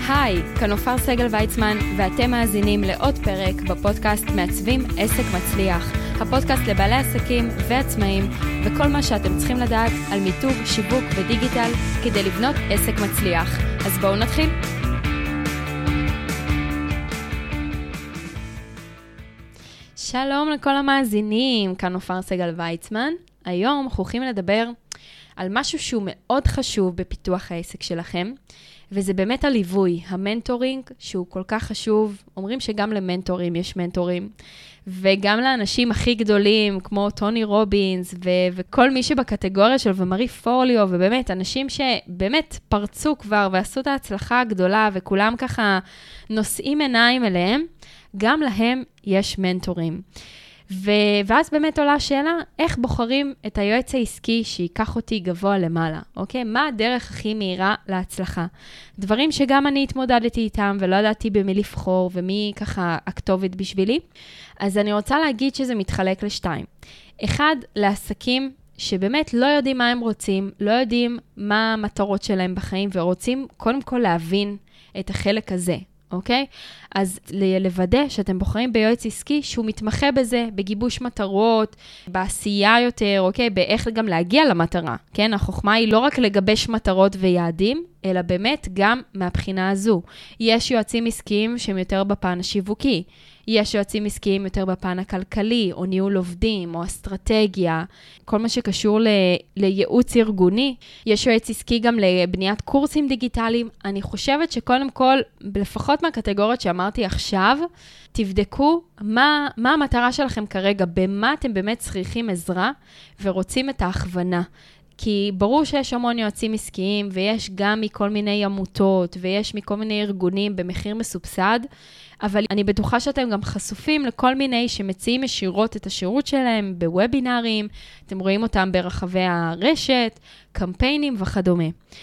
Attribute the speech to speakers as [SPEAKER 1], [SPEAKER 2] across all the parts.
[SPEAKER 1] היי, כאן עופר סגל ויצמן, ואתם מאזינים לעוד פרק בפודקאסט מעצבים עסק מצליח. הפודקאסט לבעלי עסקים ועצמאים, וכל מה שאתם צריכים לדעת על מיתוג, שיווק ודיגיטל כדי לבנות עסק מצליח. אז בואו נתחיל. שלום לכל המאזינים, כאן עופר סגל ויצמן. היום אנחנו הולכים לדבר על משהו שהוא מאוד חשוב בפיתוח העסק שלכם, וזה באמת הליווי, המנטורינג, שהוא כל כך חשוב. אומרים שגם למנטורים יש מנטורים, וגם לאנשים הכי גדולים, כמו טוני רובינס, וכל מי שבקטגוריה שלו, ומרי פורליו, ובאמת, אנשים שבאמת פרצו כבר, ועשו את ההצלחה הגדולה, וכולם ככה נושאים עיניים אליהם, גם להם יש מנטורים. ואז באמת עולה השאלה, איך בוחרים את היועץ העסקי שיקח אותי גבוה למעלה, אוקיי? מה הדרך הכי מהירה להצלחה? דברים שגם אני התמודדתי איתם ולא ידעתי במי לבחור ומי ככה הכתובת בשבילי. אז אני רוצה להגיד שזה מתחלק לשתיים. אחד, לעסקים שבאמת לא יודעים מה הם רוצים, לא יודעים מה המטרות שלהם בחיים ורוצים קודם כל להבין את החלק הזה. אוקיי? אז לוודא שאתם בוחרים ביועץ עסקי שהוא מתמחה בזה, בגיבוש מטרות, בעשייה יותר, אוקיי? באיך גם להגיע למטרה, כן? החוכמה היא לא רק לגבש מטרות ויעדים, אלא באמת גם מהבחינה הזו. יש יועצים עסקיים שהם יותר בפן השיווקי, יש יועצים עסקיים יותר בפן הכלכלי, או ניהול עובדים, או אסטרטגיה, כל מה שקשור לייעוץ ארגוני. יש יועץ עסקי גם לבניית קורסים דיגיטליים. אני חושבת שקודם כל, לפחות מהקטגוריות שאמרתי עכשיו, תבדקו מה המטרה שלכם כרגע, במה אתם באמת צריכים עזרה, ורוצים את ההכוונה. כי ברור שיש המון יועצים עסקיים, ויש גם מכל מיני עמותות, ויש מכל מיני ארגונים במחיר מסובסד, אבל אני בטוחה שאתם גם חשופים לכל מיני שמציעים ישירות את השירות שלהם בוובינרים, אתם רואים אותם ברחבי הרשת, קמפיינים וכדומה.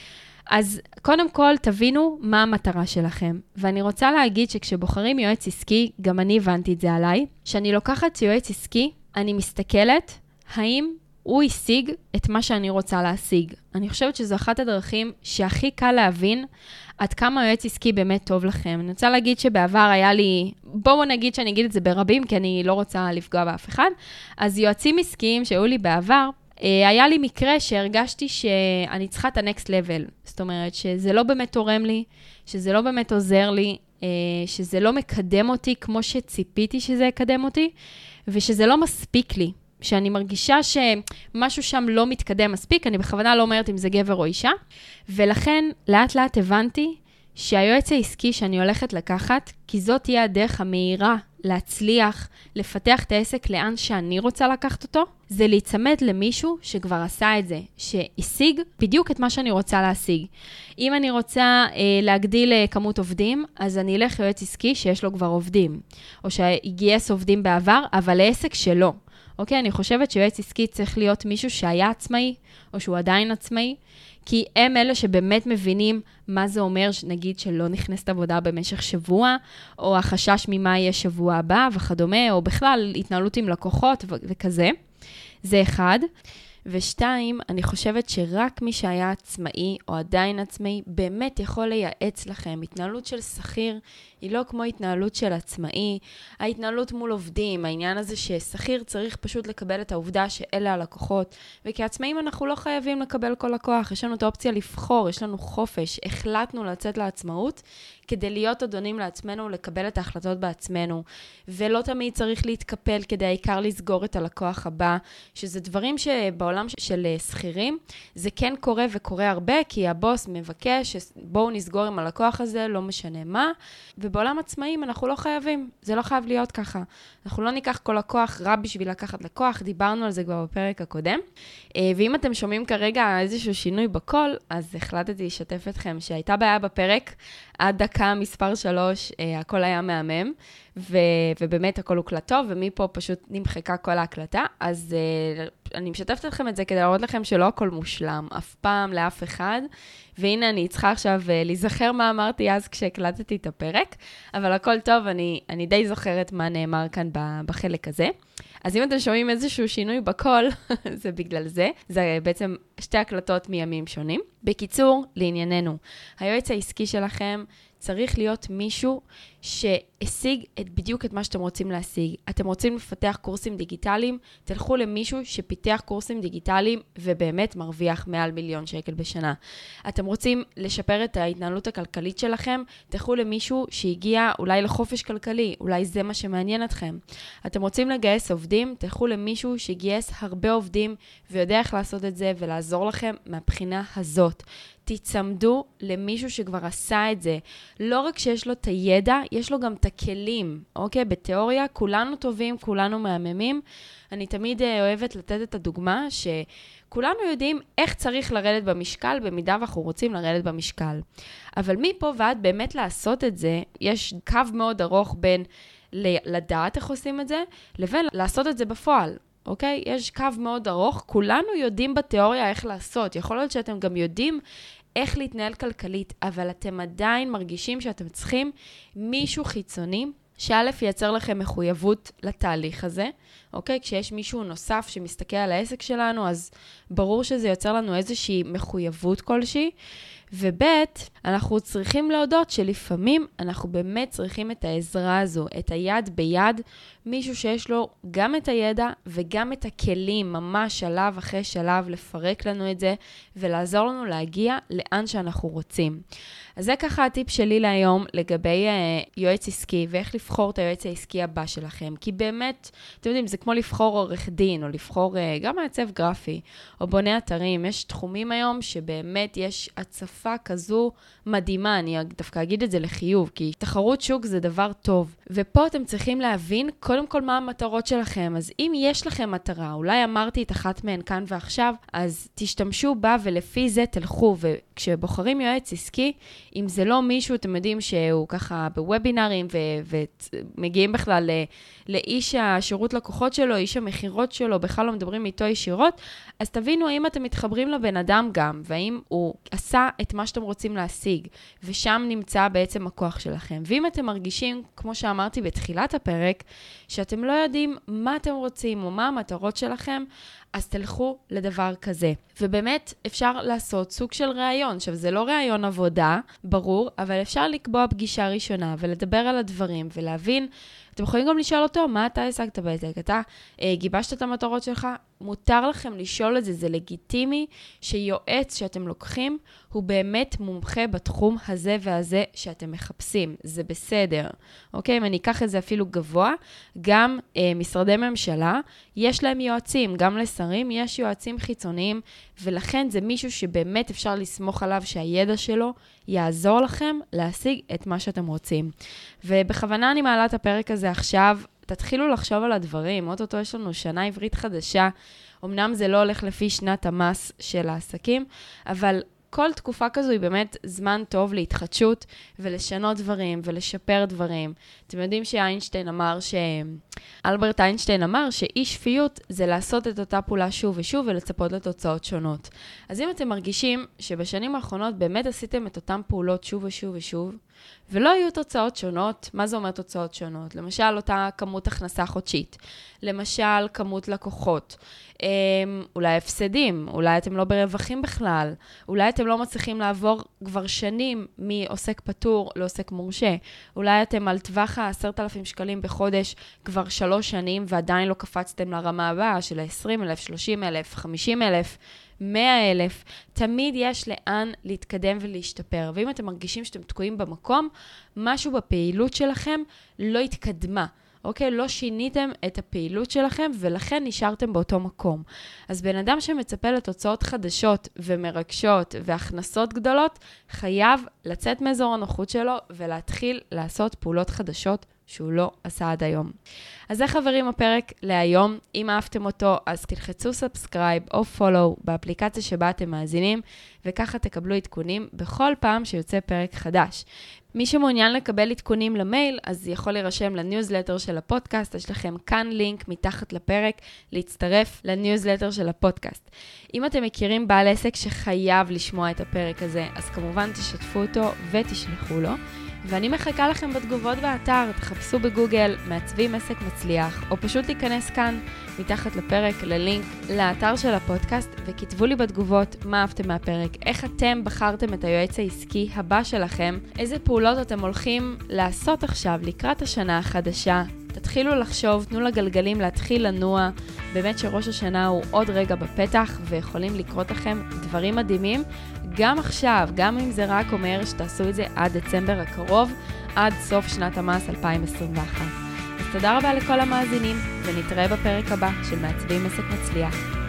[SPEAKER 1] אז קודם כל תבינו מה המטרה שלכם, ואני רוצה להגיד שכשבוחרים יועץ עסקי, גם אני הבנתי את זה עליי, שאני לוקחת יועץ עסקי, אני מסתכלת האם הוא השיג את מה שאני רוצה להשיג. אני חושבת שזו אחת הדרכים שהכי קל להבין עד כמה יועץ עסקי באמת טוב לכם. אני רוצה להגיד שבעבר היה לי, בואו נגיד שאני אגיד את זה ברבים, כי אני לא רוצה לפגוע באף אחד, אז יועצים עסקיים שהיו לי בעבר, היה לי מקרה שהרגשתי שאני צריכה את ה-next level. זאת אומרת שזה לא באמת תורם לי, שזה לא באמת עוזר לי, שזה לא מקדם אותי כמו שציפיתי שזה יקדם אותי, ושזה לא מספיק לי. שאני מרגישה שמשהו שם לא מתקדם מספיק, אני בכוונה לא אומרת אם זה גבר או אישה, ולכן לאט לאט הבנתי שהיועץ העסקי שאני הולכת לקחת, כי זאת תהיה הדרך המהירה להצליח, לפתח את העסק לאן שאני רוצה לקחת אותו, זה להיצמד למישהו שכבר עשה את זה, שהשיג בדיוק את מה שאני רוצה להשיג. אם אני רוצה להגדיל כמות עובדים, אז אני אלך ליועץ עסקי שיש לו כבר עובדים, או שהגייס עובדים בעבר, אבל לעסק שלו. אוקיי, אני חושבת שיועץ עסקי צריך להיות מישהו שהיה עצמאי, או שהוא עדיין עצמאי, כי הם אלה שבאמת מבינים מה זה אומר, נגיד שלא נכנסת עבודה במשך שבוע, או החשש ממה יהיה שבוע הבא וכדומה, או בכלל התנהלות עם לקוחות וכזה. זה אחד. ושתיים, אני חושבת שרק מי שהיה עצמאי או עדיין עצמאי, באמת יכול לייעץ לכם. התנהלות של שכיר היא לא כמו התנהלות של עצמאי. ההתנהלות מול עובדים, העניין הזה ששכיר צריך פשוט לקבל את העובדה שאלה הלקוחות, וכעצמאים אנחנו לא חייבים לקבל כל לקוח. יש לנו את האופציה לבחור, יש לנו חופש. החלטנו לצאת לעצמאות כדי להיות אדונים לעצמנו, לקבל את ההחלטות בעצמנו, ולא תמיד צריך להתקפל כדי העיקר לסגור את הלקוח הבא, שזה דברים שבעולם של שכירים, זה כן קורה וקורה הרבה, כי הבוס מבקש שבואו נסגור עם הלקוח הזה, לא משנה מה, ובעולם עצמאים אנחנו לא חייבים, זה לא חייב להיות ככה. אנחנו לא ניקח כל לקוח רע בשביל לקחת לקוח, דיברנו על זה כבר בפרק הקודם, ואם אתם שומעים כרגע איזשהו שינוי בקול, אז החלטתי לשתף אתכם שהייתה בעיה בפרק, עד דקה מספר 3, הכל היה מהמם, ובאמת הכל הוקלט טוב, ומפה פשוט נמחקה כל ההקלטה, אז אני משתפת אתכם את זה כדי להראות לכם שלא הכל מושלם, אף פעם לאף אחד, והנה אני צריכה עכשיו להיזכר מה אמרתי אז כשהקלטתי את הפרק, אבל הכל טוב, אני די זוכרת מה נאמר כאן בחלק הזה. אז אם אתם שומעים איזשהו שינוי בקול, זה בגלל זה. זה בעצם שתי הקלטות מימים שונים. בקיצור, לענייננו, היועץ העסקי שלכם צריך להיות מישהו שהשיג בדיוק את מה שאתם רוצים להשיג. אתם רוצים לפתח קורסים דיגיטליים, תלכו למישהו שפיתח קורסים דיגיטליים ובאמת מרוויח מעל 1,000,000 שקל בשנה. אתם רוצים לשפר את ההתנהלות הכלכלית שלכם, תלכו למישהו שהגיע אולי לחופש כלכלי, אולי זה מה שמעניין אתכם. אתם רוצים לגייס עובדים, תלכו למישהו שגייס הרבה עובדים ויודע איך לעשות את זה ולעזור לכם מהבחינה הזאת. תצמדו למישהו שכבר עשה את זה. לא רק שיש לו את הידע, יש לו גם את הכלים, אוקיי? בתיאוריה, כולנו טובים, כולנו מהממים. אני תמיד אוהבת לתת את הדוגמה שכולנו יודעים איך צריך לרדת במשקל, במידה ואנחנו רוצים לרדת במשקל. אבל מפה ועד באמת לעשות את זה, יש קו מאוד ארוך בין לדעת איך עושים את זה, לבין לעשות את זה בפועל. אוקיי? יש קו מאוד ארוך, כולנו יודעים בתיאוריה איך לעשות, יכול להיות שאתם גם יודעים איך להתנהל כלכלית, אבל אתם עדיין מרגישים שאתם צריכים מישהו חיצוני, שא' ייצר לכם מחויבות לתהליך הזה, אוקיי? כשיש מישהו נוסף שמסתכל על העסק שלנו, אז ברור שזה יוצר לנו איזושהי מחויבות כלשהי, וב' אנחנו צריכים להודות שלפעמים אנחנו באמת צריכים את העזרה הזו, את היד ביד, מישהו שיש לו גם את הידע וגם את הכלים, ממש שלב אחרי שלב, לפרק לנו את זה ולעזור לנו להגיע לאן שאנחנו רוצים. אז זה ככה הטיפ שלי להיום לגבי יועץ עסקי ואיך לבחור את היועץ העסקי הבא שלכם. כי באמת, אתם יודעים, זה כמו לבחור עורך דין או לבחור גם מעצב גרפי או בונה אתרים. יש תחומים היום שבאמת יש הצפה כזו מדהימה, אני דווקא אגיד את זה לחיוב, כי תחרות שוק זה דבר טוב. ופה אתם צריכים להבין קודם כל מה המטרות שלכם. אז אם יש לכם מטרה, אולי אמרתי את אחת מהן כאן ועכשיו, אז תשתמשו בה ולפי זה תלכו. וכשבוחרים יועץ עסקי, אם זה לא מישהו, אתם יודעים שהוא ככה בוובינרים ומגיעים בכלל לאיש השירות לקוחות שלו, איש המחירות שלו, בכלל לא מדברים איתו ישירות, אז תבינו האם אתם מתחברים לבן אדם גם, והאם הוא עשה את מה שאתם רוצים להשיג, ושם נמצא בעצם הכוח שלכם. ואם אתם מרגישים, כמו שאמרתי בתחילת הפרק, שאתם לא יודעים מה אתם רוצים או מה המטרות שלכם, אז תלכו לדבר כזה. ובאמת אפשר לעשות סוג של ראיון. עכשיו, זה לא ראיון עבודה, ברור, אבל אפשר לקבוע פגישה ראשונה ולדבר על הדברים ולהבין. אתם יכולים גם לשאול אותו, מה אתה השגת בעסק? אתה גיבשת את המטרות שלך? מותר לכם לשאול את זה, זה לגיטימי שיועץ שאתם לוקחים, הוא באמת מומחה בתחום הזה והזה שאתם מחפשים. זה בסדר. אוקיי? אם אני אקח את זה אפילו גבוה, גם משרדי ממשלה, יש להם יועצים, גם לשרים יש יועצים חיצוניים, ולכן זה מישהו שבאמת אפשר לסמוך עליו שהידע שלו יעזור לכם להשיג את מה שאתם רוצים. ובכוונה אני מעלה את הפרק הזה עכשיו, תתחילו לחשוב על הדברים, אוטוטו יש לנו שנה עברית חדשה, אמנם זה לא הולך לפי שנת המס של העסקים, אבל כל תקופה כזו היא באמת זמן טוב להתחדשות ולשנות דברים ולשפר דברים. אתם יודעים אלברט איינשטיין אמר שאי שפיות זה לעשות את אותה פעולה שוב ושוב ולצפות לתוצאות שונות. אז אם אתם מרגישים שבשנים האחרונות באמת עשיתם את אותם פעולות שוב ושוב ושוב, ולא יהיו תוצאות שונות, מה זה אומר תוצאות שונות? למשל, אותה כמות הכנסה חודשית, למשל, כמות לקוחות, אולי הפסדים, אולי אתם לא ברווחים בכלל, אולי אתם לא מצליחים לעבור כבר שנים מעוסק פטור לעוסק מורשה, אולי אתם על טווח 10,000 שקלים בחודש כבר 3 שנים ועדיין לא קפצתם לרמה הבאה של 20,000, 30,000, 50,000, 100,000, תמיד יש לאן להתקדם ולהשתפר. ואם אתם מרגישים שאתם תקועים במקום, משהו בפעילות שלכם לא התקדמה. אוקיי? לא שיניתם את הפעילות שלכם ולכן נשארתם באותו מקום. אז בן אדם שמצפה לתוצאות חדשות ומרגשות והכנסות גדולות, חייב לצאת מאזור הנוחות שלו ולהתחיל לעשות פעולות חדשות שהוא לא עשה עד היום. אז זה חברים הפרק להיום. אם אהבתם אותו, אז תלחצו סאבסקרייב או פולו באפליקציה שבה אתם מאזינים, וככה תקבלו עדכונים בכל פעם שיוצא פרק חדש. מי שמעוניין לקבל עדכונים למייל, אז יכול להירשם לניוזלטר של הפודקאסט. יש לכם כאן לינק מתחת לפרק להצטרף לניוזלטר של הפודקאסט. אם אתם מכירים בעל עסק שחייב לשמוע את הפרק הזה, אז כמובן תשתפו אותו ותשלחו לו. ואני מחכה לכם בתגובות באתר, תחפשו בגוגל מעצבים עסק מצליח, או פשוט להיכנס כאן מתחת לפרק ללינק לאתר של הפודקאסט, וכתבו לי בתגובות מה אהבתם מהפרק, איך אתם בחרתם את היועץ העסקי הבא שלכם, איזה פעולות אתם הולכים לעשות עכשיו לקראת השנה החדשה. תתחילו לחשוב, תנו לגלגלים להתחיל לנוע, באמת שראש השנה הוא עוד רגע בפתח, ויכולים לקרות לכם דברים מדהימים, גם עכשיו, גם אם זה רק אומר שתעשו את זה עד דצמבר הקרוב, עד סוף שנת המס 2021. אז תודה רבה לכל המאזינים, ונתראה בפרק הבא של מעצבים עסק מצליח.